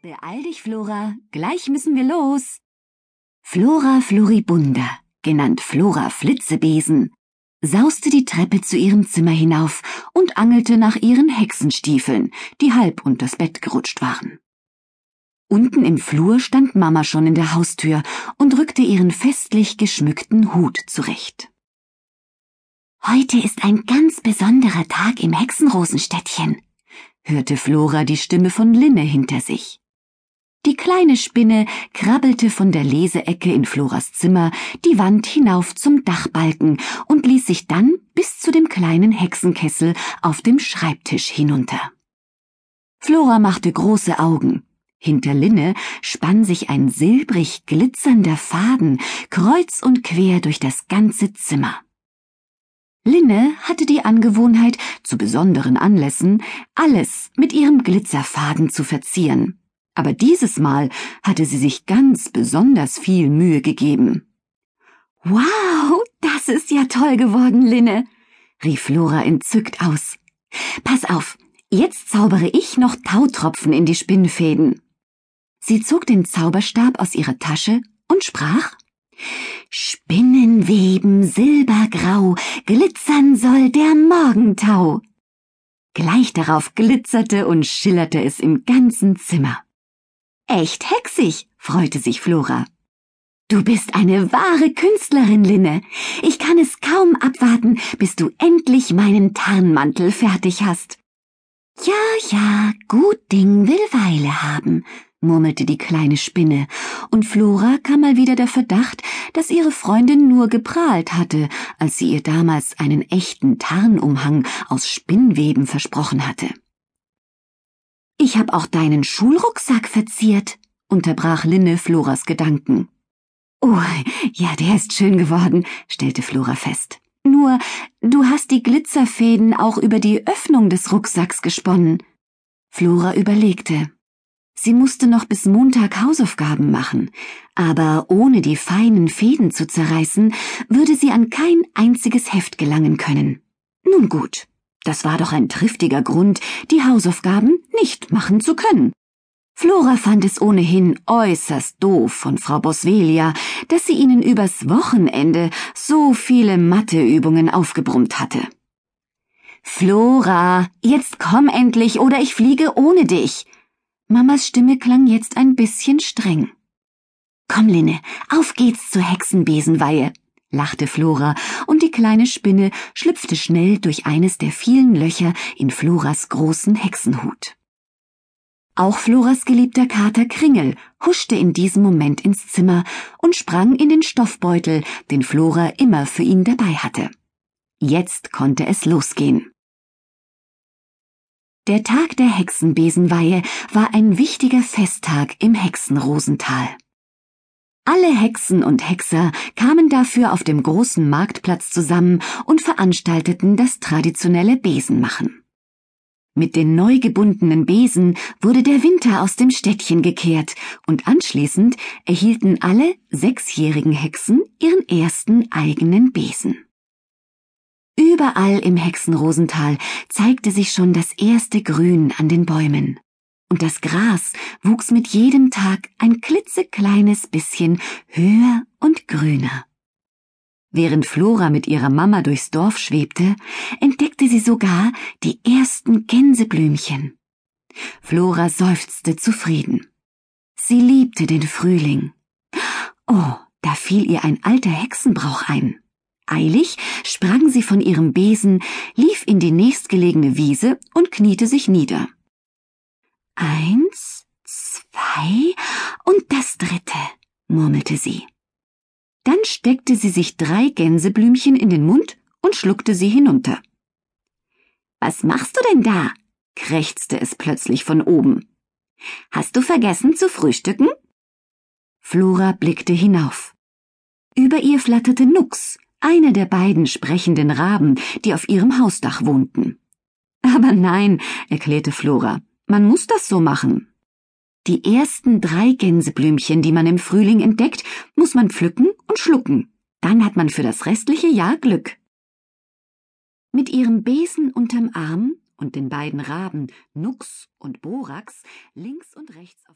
Beeil dich, Flora, gleich müssen wir los. Flora Floribunda, genannt Flora Flitzebesen, sauste die Treppe zu ihrem Zimmer hinauf und angelte nach ihren Hexenstiefeln, die halb unters Bett gerutscht waren. Unten im Flur stand Mama schon in der Haustür und rückte ihren festlich geschmückten Hut zurecht. »Heute ist ein ganz besonderer Tag im Hexenrosenstädtchen«, hörte Flora die Stimme von Linne hinter sich. Die kleine Spinne krabbelte von der Leseecke in Floras Zimmer die Wand hinauf zum Dachbalken und ließ sich dann bis zu dem kleinen Hexenkessel auf dem Schreibtisch hinunter. Flora machte große Augen. Hinter Linne spann sich ein silbrig glitzernder Faden kreuz und quer durch das ganze Zimmer. Linne hatte die Angewohnheit, zu besonderen Anlässen alles mit ihrem Glitzerfaden zu verzieren. Aber dieses Mal hatte sie sich ganz besonders viel Mühe gegeben. »Wow, das ist ja toll geworden, Linne«, rief Flora entzückt aus. »Pass auf, jetzt zaubere ich noch Tautropfen in die Spinnfäden.« Sie zog den Zauberstab aus ihrer Tasche und sprach: »Spinnen weben silbergrau, glitzern soll der Morgentau.« Gleich darauf glitzerte und schillerte es im ganzen Zimmer. »Echt hexig«, freute sich Flora. »Du bist eine wahre Künstlerin, Linne. Ich kann es kaum abwarten, bis du endlich meinen Tarnmantel fertig hast.« »Ja, gut Ding will Weile haben«, murmelte die kleine Spinne, und Flora kam mal wieder der Verdacht, dass ihre Freundin nur geprahlt hatte, als sie ihr damals einen echten Tarnumhang aus Spinnweben versprochen hatte. »Ich hab auch deinen Schulrucksack verziert«, unterbrach Linne Floras Gedanken. »Oh, ja, der ist schön geworden«, stellte Flora fest. »Nur, du hast die Glitzerfäden auch über die Öffnung des Rucksacks gesponnen.« Flora überlegte. Sie musste noch bis Montag Hausaufgaben machen, aber ohne die feinen Fäden zu zerreißen, würde sie an kein einziges Heft gelangen können. Nun gut, das war doch ein triftiger Grund, die Hausaufgaben nicht machen zu können. Flora fand es ohnehin äußerst doof von Frau Boswellia, dass sie ihnen übers Wochenende so viele Matheübungen aufgebrummt hatte. »Flora, jetzt komm endlich, oder ich fliege ohne dich!« Mamas Stimme klang jetzt ein bisschen streng. »Komm, Linne, auf geht's zur Hexenbesenweihe«, lachte Flora, und die kleine Spinne schlüpfte schnell durch eines der vielen Löcher in Floras großen Hexenhut. Auch Floras geliebter Kater Kringel huschte in diesem Moment ins Zimmer und sprang in den Stoffbeutel, den Flora immer für ihn dabei hatte. Jetzt konnte es losgehen. Der Tag der Hexenbesenweihe war ein wichtiger Festtag im Hexenrosental. Alle Hexen und Hexer kamen dafür auf dem großen Marktplatz zusammen und veranstalteten das traditionelle Besenmachen. Mit den neu gebundenen Besen wurde der Winter aus dem Städtchen gekehrt und anschließend erhielten alle 6-jährigen Hexen ihren ersten eigenen Besen. Überall im Hexenrosental zeigte sich schon das erste Grün an den Bäumen. Und das Gras wuchs mit jedem Tag ein klitzekleines bisschen höher und grüner. Während Flora mit ihrer Mama durchs Dorf schwebte, entdeckte sie sogar die ersten Gänseblümchen. Flora seufzte zufrieden. Sie liebte den Frühling. Oh, da fiel ihr ein alter Hexenbrauch ein. Eilig sprang sie von ihrem Besen, lief in die nächstgelegene Wiese und kniete sich nieder. 1, 2 und das 3, murmelte sie. Dann steckte sie sich 3 Gänseblümchen in den Mund und schluckte sie hinunter. »Was machst du denn da?« krächzte es plötzlich von oben. »Hast du vergessen zu frühstücken?« Flora blickte hinauf. Über ihr flatterte Nux, einer der beiden sprechenden Raben, die auf ihrem Hausdach wohnten. »Aber nein«, erklärte Flora, »man muss das so machen. Die ersten 3 Gänseblümchen, die man im Frühling entdeckt, muss man pflücken und schlucken. Dann hat man für das restliche Jahr Glück.« Mit ihrem Besen unterm Arm und den beiden Raben Nux und Borax links und rechts auf